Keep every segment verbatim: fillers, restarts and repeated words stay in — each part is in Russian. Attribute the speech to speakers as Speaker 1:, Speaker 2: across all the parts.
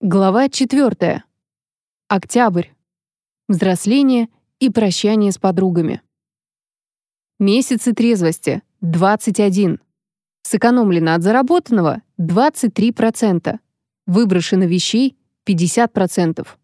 Speaker 1: Глава четвертая. Октябрь. Взросление и прощание с подругами. Месяцы трезвости — двадцать один. Сэкономлено от заработанного — двадцать три процента. Выброшено вещей — пятьдесят процентов.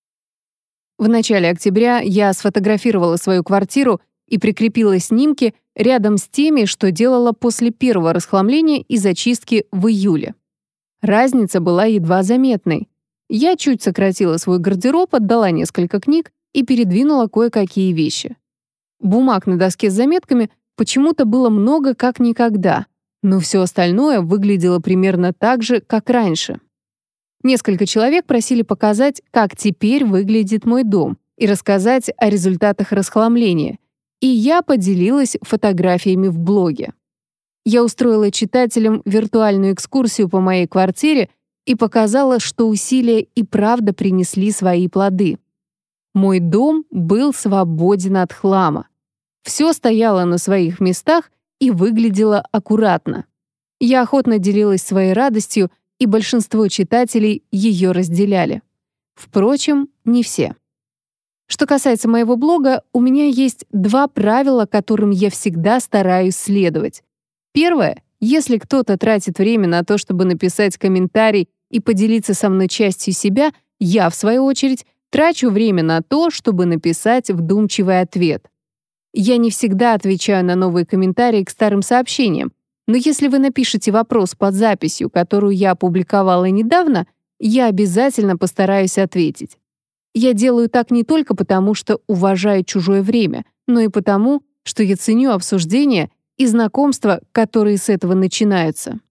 Speaker 1: В начале октября я сфотографировала свою квартиру и прикрепила снимки рядом с теми, что делала после первого расхламления и зачистки в июле. Разница была едва заметной. Я чуть сократила свой гардероб, отдала несколько книг и передвинула кое-какие вещи. Бумаг на доске с заметками почему-то было много как никогда, но все остальное выглядело примерно так же, как раньше. Несколько человек просили показать, как теперь выглядит мой дом, и рассказать о результатах расхламления, и я поделилась фотографиями в блоге. Я устроила читателям виртуальную экскурсию по моей квартире и показала, что усилия и правда принесли свои плоды. Мой дом был свободен от хлама. Все стояло на своих местах и выглядело аккуратно. Я охотно делилась своей радостью, и большинство читателей ее разделяли. Впрочем, не все. Что касается моего блога, у меня есть два правила, которым я всегда стараюсь следовать. Первое. Если кто-то тратит время на то, чтобы написать комментарий и поделиться со мной частью себя, я, в свою очередь, трачу время на то, чтобы написать вдумчивый ответ. Я не всегда отвечаю на новые комментарии к старым сообщениям, но если вы напишете вопрос под записью, которую я опубликовала недавно, я обязательно постараюсь ответить. Я делаю так не только потому, что уважаю чужое время, но и потому, что я ценю обсуждения и знакомства, которые с этого начинаются.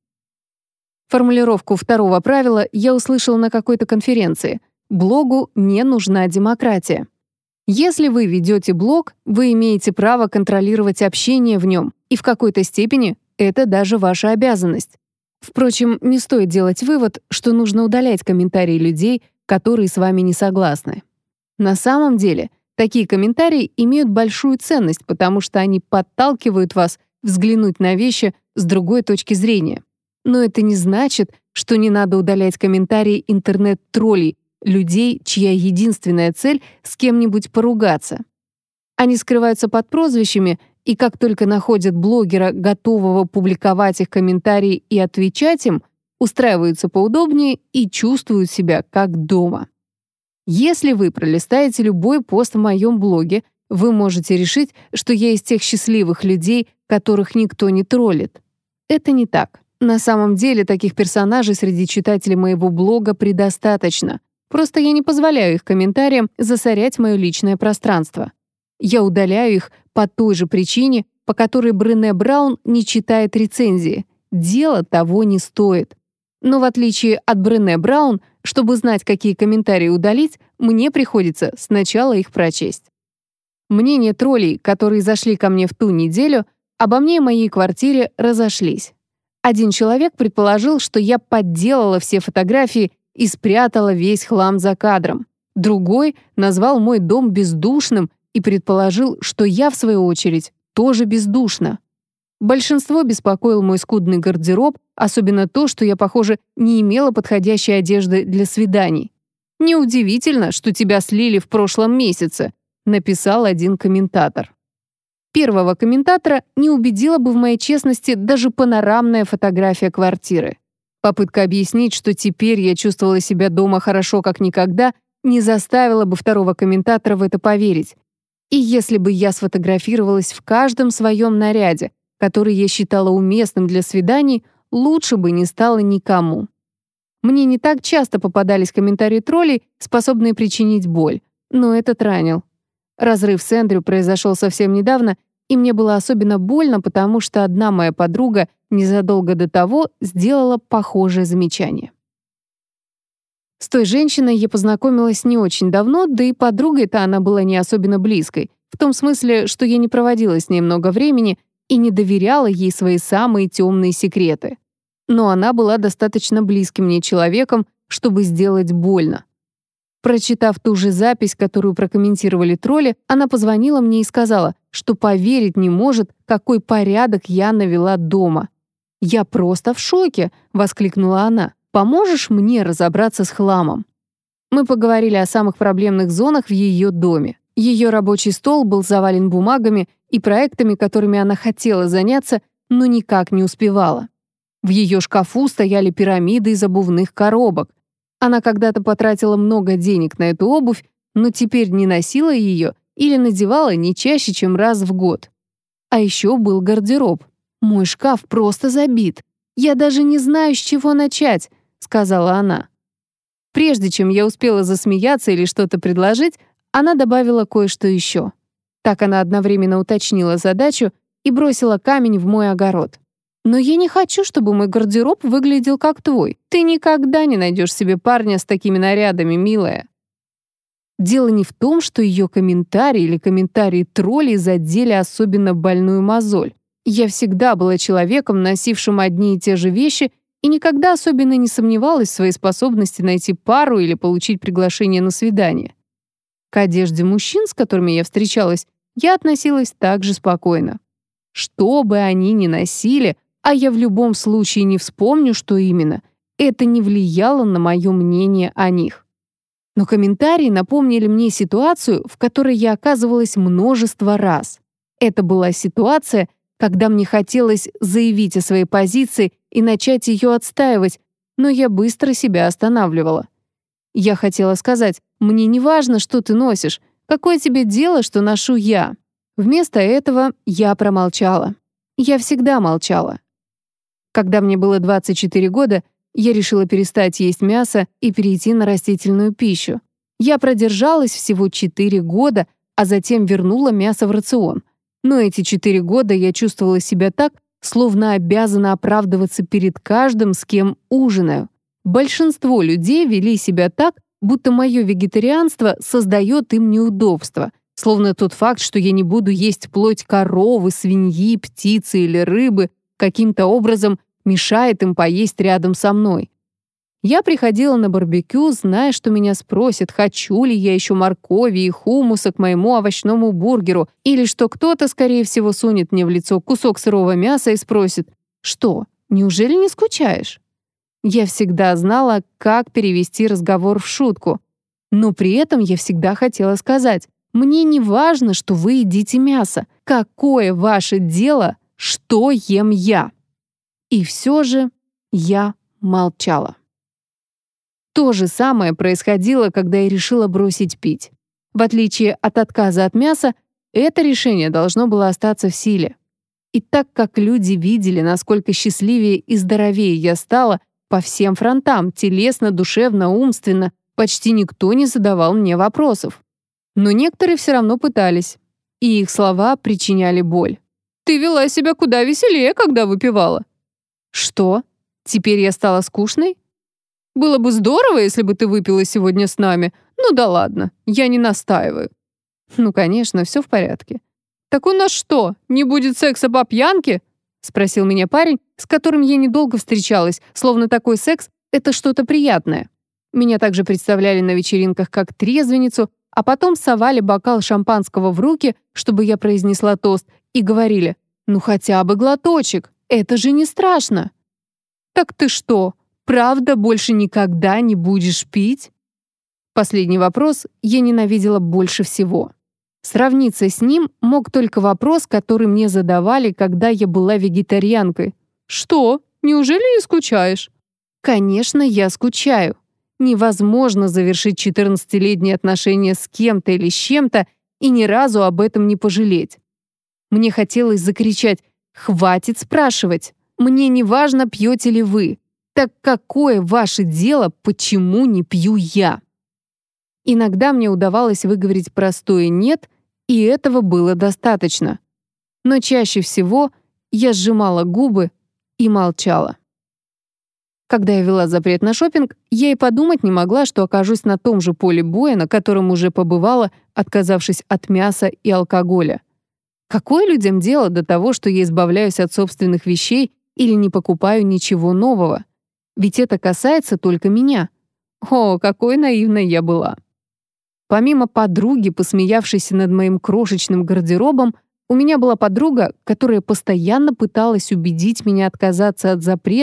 Speaker 1: Формулировку второго правила я услышала на какой-то конференции. Блогу не нужна демократия. Если вы ведете блог, вы имеете право контролировать общение в нем, и в какой-то степени это даже ваша обязанность. Впрочем, не стоит делать вывод, что нужно удалять комментарии людей, которые с вами не согласны. На самом деле, такие комментарии имеют большую ценность, потому что они подталкивают вас взглянуть на вещи с другой точки зрения. Но это не значит, что не надо удалять комментарии интернет-троллей, людей, чья единственная цель — с кем-нибудь поругаться. Они скрываются под прозвищами, и как только находят блогера, готового публиковать их комментарии и отвечать им, устраиваются поудобнее и чувствуют себя как дома. Если вы пролистаете любой пост в моем блоге, вы можете решить, что я из тех счастливых людей, которых никто не троллит. Это не так. На самом деле таких персонажей среди читателей моего блога предостаточно. Просто я не позволяю их комментариям засорять мое личное пространство. Я удаляю их по той же причине, по которой Брене Браун не читает рецензии. Дело того не стоит. Но в отличие от Брене Браун, чтобы знать, какие комментарии удалить, мне приходится сначала их прочесть. Мнения троллей, которые зашли ко мне в ту неделю, обо мне и моей квартире разошлись. Один человек предположил, что я подделала все фотографии и спрятала весь хлам за кадром. Другой назвал мой дом бездушным и предположил, что я, в свою очередь, тоже бездушна. Большинство беспокоил мой скудный гардероб, особенно то, что я, похоже, не имела подходящей одежды для свиданий. «Неудивительно, что тебя слили в прошлом месяце», — написал один комментатор. Первого комментатора не убедила бы в моей честности даже панорамная фотография квартиры. Попытка объяснить, что теперь я чувствовала себя дома хорошо как никогда, не заставила бы второго комментатора в это поверить. И если бы я сфотографировалась в каждом своем наряде, который я считала уместным для свиданий, лучше бы не стало никому. Мне не так часто попадались комментарии троллей, способные причинить боль, но этот ранил. Разрыв с Эндрю произошел совсем недавно, и мне было особенно больно, потому что одна моя подруга незадолго до того сделала похожее замечание. С той женщиной я познакомилась не очень давно, да и подругой-то она была не особенно близкой, в том смысле, что я не проводила с ней много времени и не доверяла ей свои самые темные секреты. Но она была достаточно близким мне человеком, чтобы сделать больно. Прочитав ту же запись, которую прокомментировали тролли, она позвонила мне и сказала, что поверить не может, какой порядок я навела дома. «Я просто в шоке!» — воскликнула она. поможешь мне разобраться с хламом?» Мы поговорили о самых проблемных зонах в ее доме. Ее рабочий стол был завален бумагами и проектами, которыми она хотела заняться, но никак не успевала. В ее шкафу стояли пирамиды из обувных коробок. Она когда-то потратила много денег на эту обувь, но теперь не носила ее или надевала не чаще, чем раз в год. А еще был гардероб. «Мой шкаф просто забит. Я даже не знаю, с чего начать», — сказала она. Прежде чем я успела засмеяться или что-то предложить, она добавила кое-что еще. Так она одновременно уточнила задачу и бросила камень в мой огород. «Но я не хочу, чтобы мой гардероб выглядел как твой. Ты никогда не найдешь себе парня с такими нарядами, милая». Дело не в том, что ее комментарии или комментарии троллей задели особенно больную мозоль. Я всегда была человеком, носившим одни и те же вещи, и никогда особенно не сомневалась в своей способности найти пару или получить приглашение на свидание. К одежде мужчин, с которыми я встречалась, я относилась также спокойно. Что бы они ни носили, а я в любом случае не вспомню, что именно, это не влияло на мое мнение о них. Но комментарии напомнили мне ситуацию, в которой я оказывалась множество раз. Это была ситуация, когда мне хотелось заявить о своей позиции и начать ее отстаивать, но я быстро себя останавливала. Я хотела сказать: «Мне не важно, что ты носишь. Какое тебе дело, что ношу я?» Вместо этого я промолчала. Я всегда молчала. Когда мне было двадцать четыре года, я решила перестать есть мясо и перейти на растительную пищу. Я продержалась всего четыре года, а затем вернула мясо в рацион. Но эти четыре года я чувствовала себя так, словно обязана оправдываться перед каждым, с кем ужинаю. Большинство людей вели себя так, будто мое вегетарианство создает им неудобства, словно тот факт, что я не буду есть плоть коровы, свиньи, птицы или рыбы, каким-то образом мешает им поесть рядом со мной. Я приходила на барбекю, зная, что меня спросят, хочу ли я еще моркови и хумуса к моему овощному бургеру, или что кто-то, скорее всего, сунет мне в лицо кусок сырого мяса и спросит: «Что, неужели не скучаешь?» Я всегда знала, как перевести разговор в шутку. Но при этом я всегда хотела сказать: «Мне не важно, что вы едите мясо. Какое ваше дело, что ем я?» И все же я молчала. То же самое происходило, когда я решила бросить пить. В отличие от отказа от мяса, это решение должно было остаться в силе. И так как люди видели, насколько счастливее и здоровее я стала по всем фронтам, телесно, душевно, умственно, почти никто не задавал мне вопросов. Но некоторые все равно пытались, и их слова причиняли боль. «Ты вела себя куда веселее, когда выпивала». «Что? Теперь я стала скучной?» «Было бы здорово, если бы ты выпила сегодня с нами. Ну да ладно, я не настаиваю». «Ну, конечно, все в порядке». «Так у нас что, не будет секса по пьянке?» — спросил меня парень, с которым я недолго встречалась, словно такой секс — это что-то приятное. Меня также представляли на вечеринках как трезвенницу, а потом совали бокал шампанского в руки, чтобы я произнесла тост, и говорили: «Ну хотя бы глоточек, это же не страшно». «Так ты что, правда больше никогда не будешь пить?» Последний вопрос я ненавидела больше всего. Сравниться с ним мог только вопрос, который мне задавали, когда я была вегетарианкой. «Что, неужели не скучаешь?» Конечно, я скучаю. Невозможно завершить четырнадцатилетние отношения с кем-то или с чем-то и ни разу об этом не пожалеть. Мне хотелось закричать: «Хватит спрашивать! Мне не важно, пьете ли вы. Так какое ваше дело, почему не пью я?» Иногда мне удавалось выговорить простое «нет», и этого было достаточно. Но чаще всего я сжимала губы и молчала. Когда я ввела запрет на шопинг, я и подумать не могла, что окажусь на том же поле боя, на котором уже побывала, отказавшись от мяса и алкоголя. Какое людям дело до того, что я избавляюсь от собственных вещей или не покупаю ничего нового? Ведь это касается только меня. О, какой наивной я была. Помимо подруги, посмеявшейся над моим крошечным гардеробом, у меня была подруга, которая постоянно пыталась убедить меня отказаться от запрета,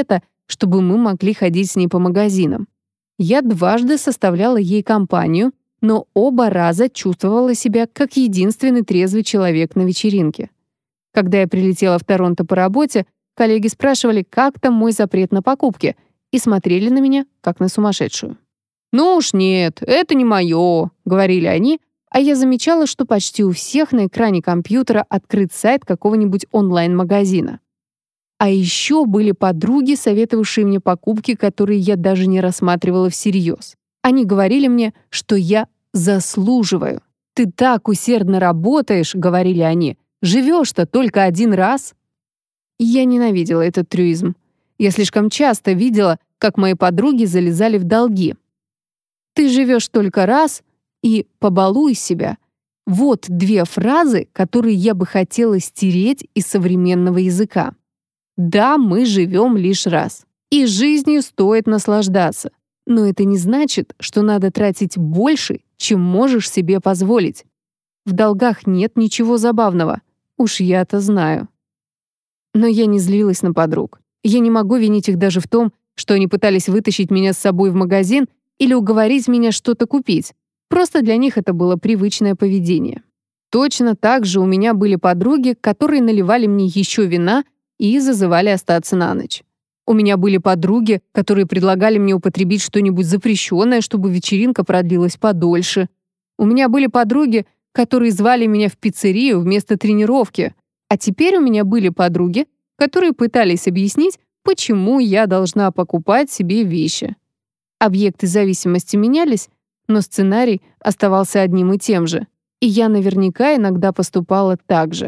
Speaker 1: чтобы мы могли ходить с ней по магазинам. Я дважды составляла ей компанию, но оба раза чувствовала себя как единственный трезвый человек на вечеринке. Когда я прилетела в Торонто по работе, коллеги спрашивали, как там мой запрет на покупки, и смотрели на меня, как на сумасшедшую. «Ну уж нет, это не мое», — говорили они, а я замечала, что почти у всех на экране компьютера открыт сайт какого-нибудь онлайн-магазина. А еще были подруги, советовавшие мне покупки, которые я даже не рассматривала всерьез. Они говорили мне, что я заслуживаю. «Ты так усердно работаешь», — говорили они, — «живешь-то только один раз». Я ненавидела этот трюизм. Я слишком часто видела, как мои подруги залезали в долги. «Ты живешь только раз» и «побалуй себя» — вот две фразы, которые я бы хотела стереть из современного языка. Да, мы живем лишь раз. И жизнью стоит наслаждаться. Но это не значит, что надо тратить больше, чем можешь себе позволить. В долгах нет ничего забавного. Уж я-то знаю. Но я не злилась на подруг. Я не могу винить их даже в том, что они пытались вытащить меня с собой в магазин или уговорить меня что-то купить. Просто для них это было привычное поведение. Точно так же у меня были подруги, которые наливали мне еще вина и зазывали остаться на ночь. У меня были подруги, которые предлагали мне употребить что-нибудь запрещенное, чтобы вечеринка продлилась подольше. У меня были подруги, которые звали меня в пиццерию вместо тренировки. А теперь у меня были подруги, которые пытались объяснить, почему я должна покупать себе вещи. Объекты зависимости менялись, но сценарий оставался одним и тем же. И я наверняка иногда поступала так же.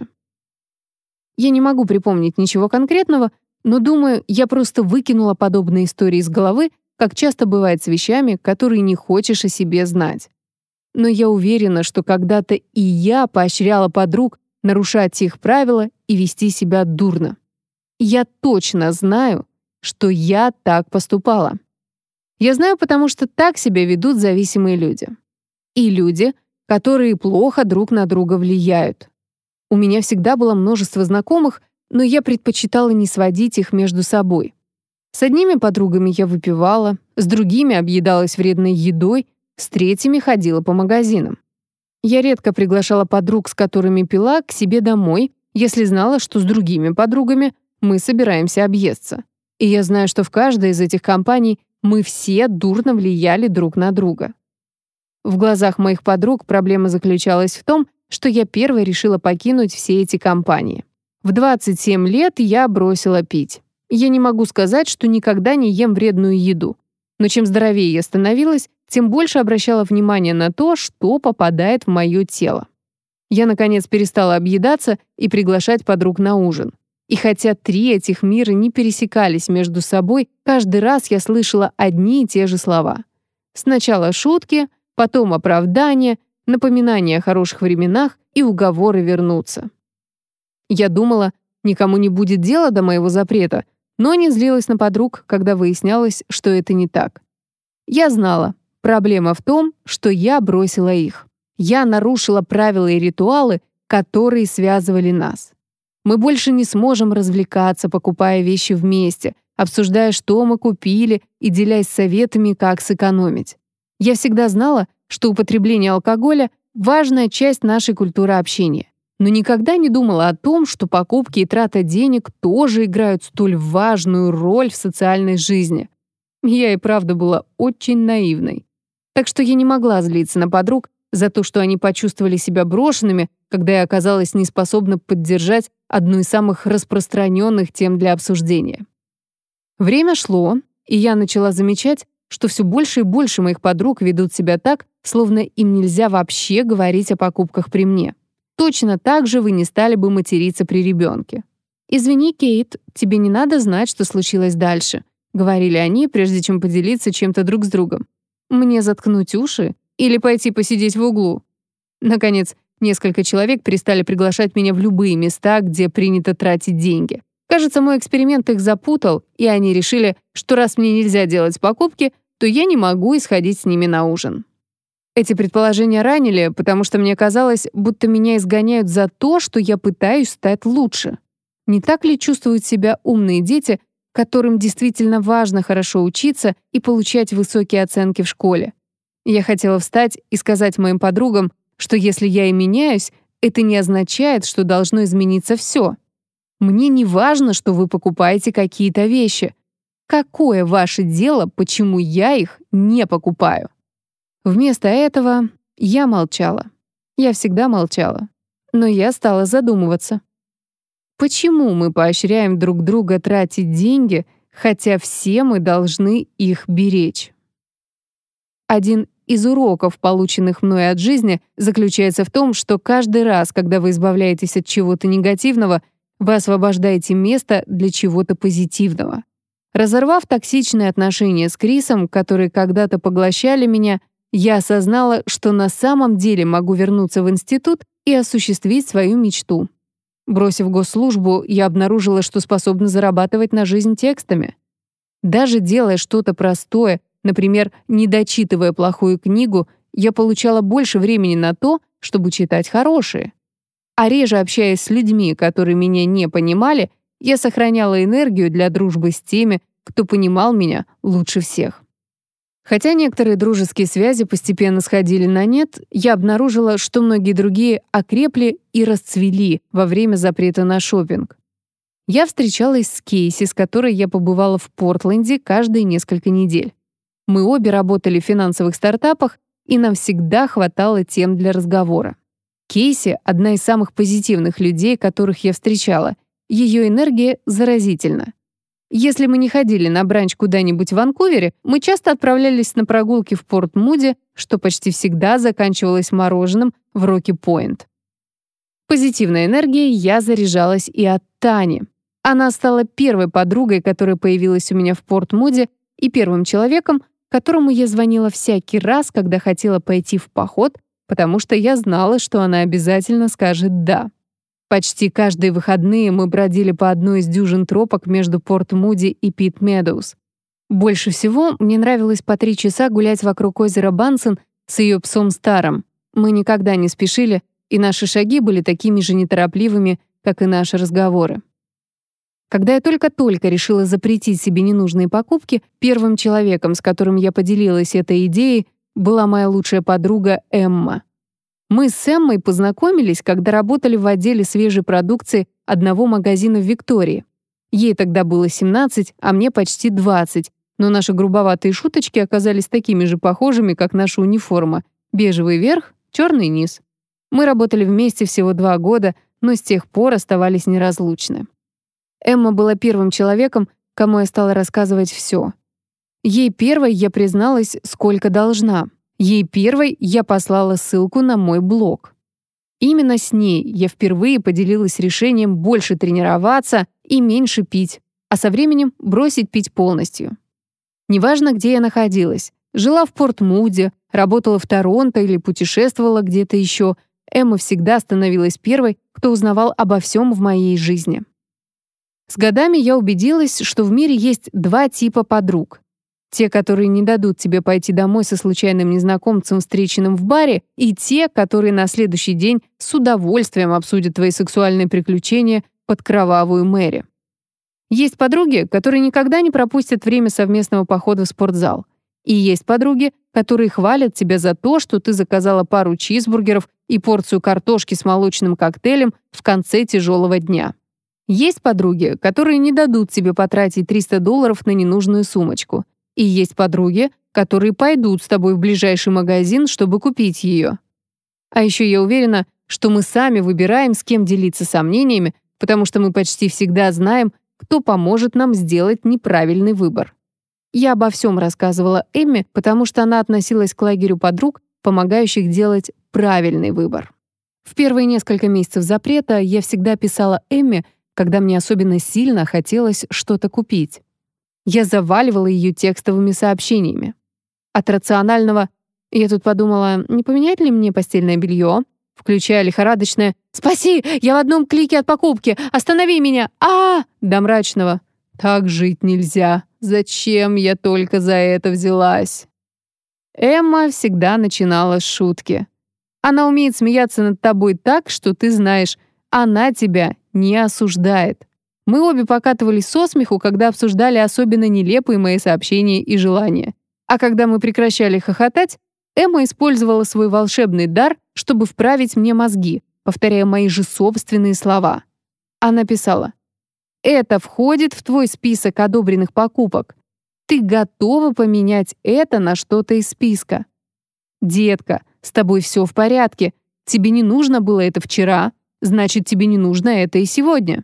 Speaker 1: Я не могу припомнить ничего конкретного, но, думаю, я просто выкинула подобные истории из головы, как часто бывает с вещами, которые не хочешь о себе знать. Но я уверена, что когда-то и я поощряла подруг нарушать их правила и вести себя дурно. Я точно знаю, что я так поступала. Я знаю, потому что так себя ведут зависимые люди. И люди, которые плохо друг на друга влияют. У меня всегда было множество знакомых, но я предпочитала не сводить их между собой. С одними подругами я выпивала, с другими объедалась вредной едой, с третьими ходила по магазинам. Я редко приглашала подруг, с которыми пила, к себе домой, если знала, что с другими подругами мы собираемся объесться. И я знаю, что в каждой из этих компаний мы все дурно влияли друг на друга. В глазах моих подруг проблема заключалась в том, что я первой решила покинуть все эти компании. В двадцать семь лет я бросила пить. Я не могу сказать, что никогда не ем вредную еду. Но чем здоровее я становилась, тем больше обращала внимание на то, что попадает в мое тело. Я, наконец, перестала объедаться и приглашать подруг на ужин. И хотя три этих мира не пересекались между собой, каждый раз я слышала одни и те же слова. Сначала шутки, потом оправдания, напоминания о хороших временах и уговоры вернуться. Я думала, никому не будет дела до моего запрета, но не злилась на подруг, когда выяснялось, что это не так. Я знала, проблема в том, что я бросила их. Я нарушила правила и ритуалы, которые связывали нас. Мы больше не сможем развлекаться, покупая вещи вместе, обсуждая, что мы купили, и делясь советами, как сэкономить. Я всегда знала, что употребление алкоголя — важная часть нашей культуры общения. Но никогда не думала о том, что покупки и трата денег тоже играют столь важную роль в социальной жизни. Я и правда была очень наивной. Так что я не могла злиться на подруг за то, что они почувствовали себя брошенными, когда я оказалась неспособна поддержать одну из самых распространенных тем для обсуждения. Время шло, и я начала замечать, что все больше и больше моих подруг ведут себя так, словно им нельзя вообще говорить о покупках при мне. Точно так же вы не стали бы материться при ребенке. «Извини, Кейт, тебе не надо знать, что случилось дальше», — говорили они, прежде чем поделиться чем-то друг с другом. «Мне заткнуть уши или пойти посидеть в углу?» Наконец, несколько человек перестали приглашать меня в любые места, где принято тратить деньги. Кажется, мой эксперимент их запутал, и они решили, что раз мне нельзя делать покупки, то я не могу исходить с ними на ужин. Эти предположения ранили, потому что мне казалось, будто меня изгоняют за то, что я пытаюсь стать лучше. Не так ли чувствуют себя умные дети, которым действительно важно хорошо учиться и получать высокие оценки в школе. Я хотела встать и сказать моим подругам, что если я и меняюсь, это не означает, что должно измениться все. Мне не важно, что вы покупаете какие-то вещи. Какое ваше дело, почему я их не покупаю? Вместо этого я молчала. Я всегда молчала. Но я стала задумываться. Почему мы поощряем друг друга тратить деньги, хотя все мы должны их беречь? Один из уроков, полученных мной от жизни, заключается в том, что каждый раз, когда вы избавляетесь от чего-то негативного, вы освобождаете место для чего-то позитивного. Разорвав токсичные отношения с Крисом, которые когда-то поглощали меня, я осознала, что на самом деле могу вернуться в институт и осуществить свою мечту. Бросив госслужбу, я обнаружила, что способна зарабатывать на жизнь текстами. Даже делая что-то простое, например, не дочитывая плохую книгу, я получала больше времени на то, чтобы читать хорошие. А реже общаясь с людьми, которые меня не понимали, я сохраняла энергию для дружбы с теми, кто понимал меня лучше всех. Хотя некоторые дружеские связи постепенно сходили на нет, я обнаружила, что многие другие окрепли и расцвели во время запрета на шопинг. Я встречалась с Кейси, с которой я побывала в Портленде каждые несколько недель. Мы обе работали в финансовых стартапах, и нам всегда хватало тем для разговора. Кейси — одна из самых позитивных людей, которых я встречала. Ее энергия заразительна. Если мы не ходили на бранч куда-нибудь в Ванкувере, мы часто отправлялись на прогулки в Порт-Муде, что почти всегда заканчивалось мороженым в Роки-Пойнт. Позитивной энергией я заряжалась и от Тани. Она стала первой подругой, которая появилась у меня в Порт-Муде, и первым человеком, которому я звонила всякий раз, когда хотела пойти в поход, потому что я знала, что она обязательно скажет «да». Почти каждые выходные мы бродили по одной из дюжин тропок между Порт-Муди и Пит-Медоуз. Больше всего мне нравилось по три часа гулять вокруг озера Бансен с ее псом Старом. Мы никогда не спешили, и наши шаги были такими же неторопливыми, как и наши разговоры. Когда я только-только решила запретить себе ненужные покупки, первым человеком, с которым я поделилась этой идеей, была моя лучшая подруга Эмма. Мы с Эммой познакомились, когда работали в отделе свежей продукции одного магазина в Виктории. Ей тогда было семнадцать, а мне почти двадцать, но наши грубоватые шуточки оказались такими же похожими, как наша униформа. Бежевый верх, черный низ. Мы работали вместе всего два года, но с тех пор оставались неразлучны. Эмма была первым человеком, кому я стала рассказывать все. Ей первой я призналась, сколько должна. Ей первой я послала ссылку на мой блог. Именно с ней я впервые поделилась решением больше тренироваться и меньше пить, а со временем бросить пить полностью. Неважно, где я находилась, жила в Порт-Муде, работала в Торонто или путешествовала где-то еще, Эмма всегда становилась первой, кто узнавал обо всем в моей жизни. С годами я убедилась, что в мире есть два типа подруг. Те, которые не дадут тебе пойти домой со случайным незнакомцем, встреченным в баре, и те, которые на следующий день с удовольствием обсудят твои сексуальные приключения под кровавую Мэри. Есть подруги, которые никогда не пропустят время совместного похода в спортзал. И есть подруги, которые хвалят тебя за то, что ты заказала пару чизбургеров и порцию картошки с молочным коктейлем в конце тяжелого дня. Есть подруги, которые не дадут тебе потратить триста долларов на ненужную сумочку. И есть подруги, которые пойдут с тобой в ближайший магазин, чтобы купить ее. А еще я уверена, что мы сами выбираем, с кем делиться сомнениями, потому что мы почти всегда знаем, кто поможет нам сделать неправильный выбор. Я обо всем рассказывала Эмме, потому что она относилась к лагерю подруг, помогающих делать правильный выбор. В первые несколько месяцев запрета я всегда писала Эмме, когда мне особенно сильно хотелось что-то купить. Я заваливала ее текстовыми сообщениями. От рационального «я тут подумала, не поменять ли мне постельное белье?», включая лихорадочное «спаси, я в одном клике от покупки, останови меня, а, до мрачного «так жить нельзя, зачем я только за это взялась?». Эмма всегда начинала с шутки. Она умеет смеяться над тобой так, что ты знаешь, она тебя не осуждает. Мы обе покатывались со смеху, когда обсуждали особенно нелепые мои сообщения и желания. А когда мы прекращали хохотать, Эмма использовала свой волшебный дар, чтобы вправить мне мозги, повторяя мои же собственные слова. Она писала: «Это входит в твой список одобренных покупок. Ты готова поменять это на что-то из списка. Детка, с тобой все в порядке. Тебе не нужно было это вчера, значит, тебе не нужно это и сегодня.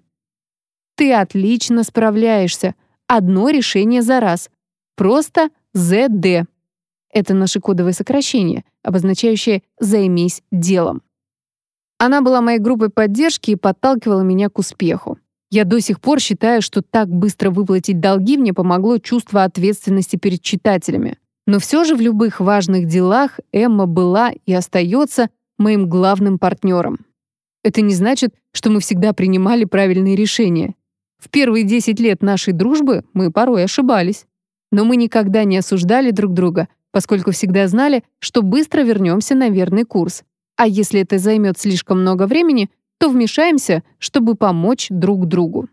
Speaker 1: Ты отлично справляешься. Одно решение за раз. Просто зэ дэ». Это наше кодовое сокращение, обозначающее «займись делом». Она была моей группой поддержки и подталкивала меня к успеху. Я до сих пор считаю, что так быстро выплатить долги мне помогло чувство ответственности перед читателями. Но все же в любых важных делах Эмма была и остается моим главным партнером. Это не значит, что мы всегда принимали правильные решения. В первые десять лет нашей дружбы мы порой ошибались. Но мы никогда не осуждали друг друга, поскольку всегда знали, что быстро вернемся на верный курс. А если это займет слишком много времени, то вмешаемся, чтобы помочь друг другу.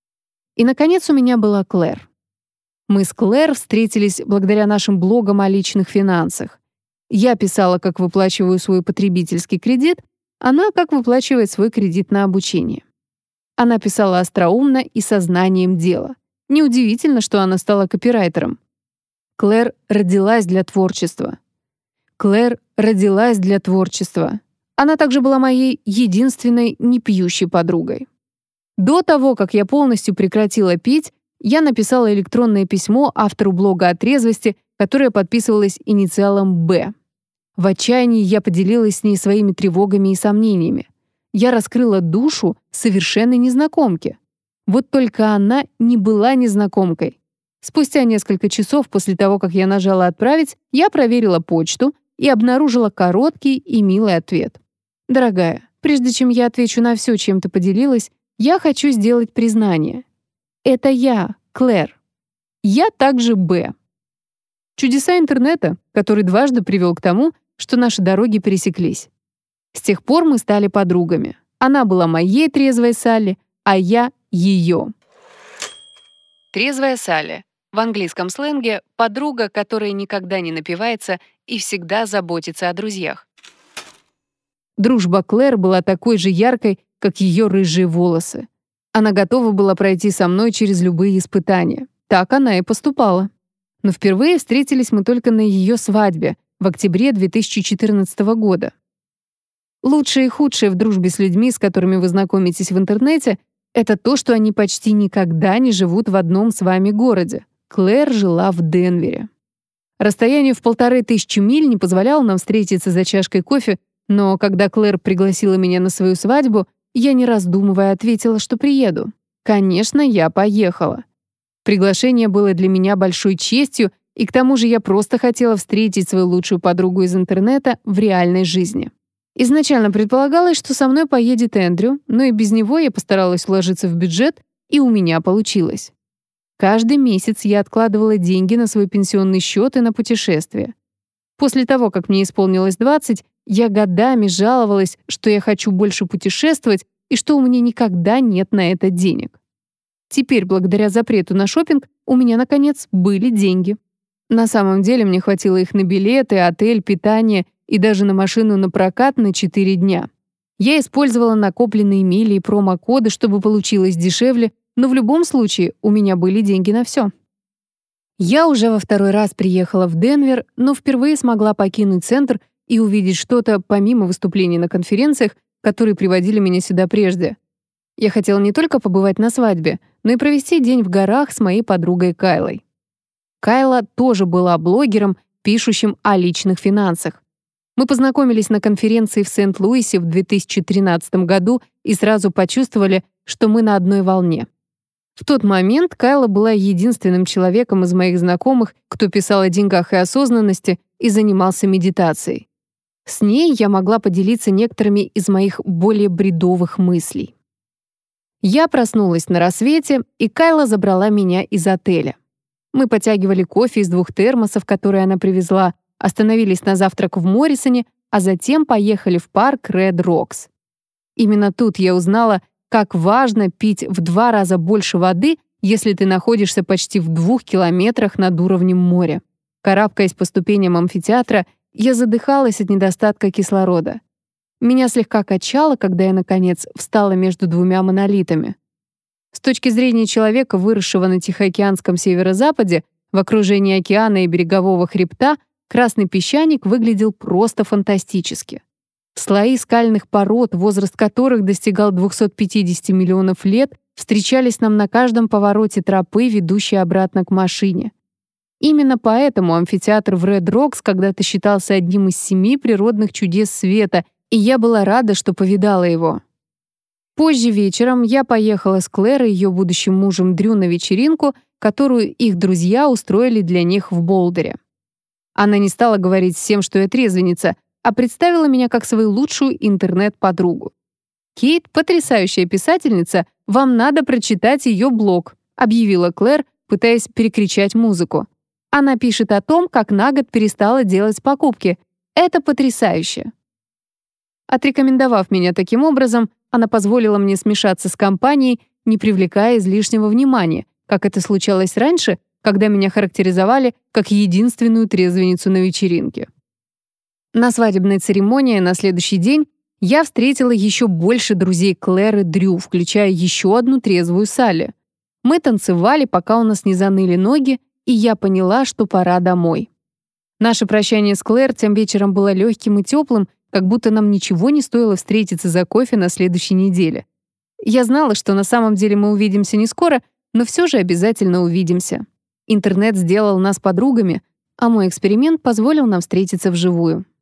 Speaker 1: И, наконец, у меня была Клэр. Мы с Клэр встретились благодаря нашим блогам о личных финансах. Я писала, как выплачиваю свой потребительский кредит, она как выплачивает свой кредит на обучение. Она писала остроумно и сознанием дела. Неудивительно, что она стала копирайтером. Клэр родилась для творчества. Клэр родилась для творчества. Она также была моей единственной непьющей подругой. До того, как я полностью прекратила пить, я написала электронное письмо автору блога о трезвости, которое подписывалось инициалом «Б». В отчаянии я поделилась с ней своими тревогами и сомнениями. Я раскрыла душу совершенной незнакомки. Вот только она не была незнакомкой. Спустя несколько часов после того, как я нажала «Отправить», я проверила почту и обнаружила короткий и милый ответ. «Дорогая, прежде чем я отвечу на все, чем ты поделилась, я хочу сделать признание. Это я, Клэр. Я также Б». Чудеса интернета, который дважды привел к тому, что наши дороги пересеклись. С тех пор мы стали подругами. Она была моей трезвой Салли, а я — ее. Трезвая Салли. В английском сленге подруга, которая никогда не напивается и всегда заботится о друзьях. Дружба Клэр была такой же яркой, как ее рыжие волосы. Она готова была пройти со мной через любые испытания. Так она и поступала. Но впервые встретились мы только на ее свадьбе в октябре две тысячи четырнадцатого года. Лучшее и худшее в дружбе с людьми, с которыми вы знакомитесь в интернете, это то, что они почти никогда не живут в одном с вами городе. Клэр жила в Денвере. Расстояние в полторы тысячи миль не позволяло нам встретиться за чашкой кофе, но когда Клэр пригласила меня на свою свадьбу, я, не раздумывая, ответила, что приеду. Конечно, я поехала. Приглашение было для меня большой честью, и к тому же я просто хотела встретить свою лучшую подругу из интернета в реальной жизни. Изначально предполагалось, что со мной поедет Эндрю, но и без него я постаралась вложиться в бюджет, и у меня получилось. Каждый месяц я откладывала деньги на свой пенсионный счет и на путешествия. После того, как мне исполнилось двадцать, я годами жаловалась, что я хочу больше путешествовать и что у меня никогда нет на это денег. Теперь, благодаря запрету на шопинг, у меня, наконец, были деньги. На самом деле мне хватило их на билеты, отель, питание и даже на машину на прокат на четыре дня. Я использовала накопленные мили и промокоды, чтобы получилось дешевле, но в любом случае у меня были деньги на все. Я уже во второй раз приехала в Денвер, но впервые смогла покинуть центр и увидеть что-то помимо выступлений на конференциях, которые приводили меня сюда прежде. Я хотела не только побывать на свадьбе, но и провести день в горах с моей подругой Кайлой. Кайла тоже была блогером, пишущим о личных финансах. Мы познакомились на конференции в Сент-Луисе в две тысячи тринадцатом году и сразу почувствовали, что мы на одной волне. В тот момент Кайла была единственным человеком из моих знакомых, кто писал о деньгах и осознанности и занимался медитацией. С ней я могла поделиться некоторыми из моих более бредовых мыслей. Я проснулась на рассвете, и Кайла забрала меня из отеля. Мы потягивали кофе из двух термосов, которые она привезла, остановились на завтрак в Моррисоне, а затем поехали в парк Red Rocks. Именно тут я узнала, как важно пить в два раза больше воды, если ты находишься почти в двух километрах над уровнем моря. Карабкаясь по ступеням амфитеатра, я задыхалась от недостатка кислорода. Меня слегка качало, когда я, наконец, встала между двумя монолитами. С точки зрения человека, выросшего на Тихоокеанском северо-западе, в окружении океана и берегового хребта, красный песчаник выглядел просто фантастически. Слои скальных пород, возраст которых достигал двухсот пятидесяти миллионов лет, встречались нам на каждом повороте тропы, ведущей обратно к машине. Именно поэтому амфитеатр в Ред Рокс когда-то считался одним из семи природных чудес света, и я была рада, что повидала его. Позже вечером я поехала с Клэр и ее будущим мужем Дрю на вечеринку, которую их друзья устроили для них в Болдере. Она не стала говорить всем, что я трезвенница, а представила меня как свою лучшую интернет-подругу. «Кейт — потрясающая писательница, вам надо прочитать ее блог», объявила Клэр, пытаясь перекричать музыку. «Она пишет о том, как на год перестала делать покупки. Это потрясающе». Отрекомендовав меня таким образом, она позволила мне смешаться с компанией, не привлекая излишнего внимания, как это случалось раньше, когда меня характеризовали как единственную трезвенницу на вечеринке. На свадебной церемонии на следующий день я встретила еще больше друзей Клэр и Дрю, включая еще одну трезвую Салли. Мы танцевали, пока у нас не заныли ноги, и я поняла, что пора домой. Наше прощание с Клэр тем вечером было легким и теплым, как будто нам ничего не стоило встретиться за кофе на следующей неделе. Я знала, что на самом деле мы увидимся не скоро, но все же обязательно увидимся. Интернет сделал нас подругами, а мой эксперимент позволил нам встретиться вживую.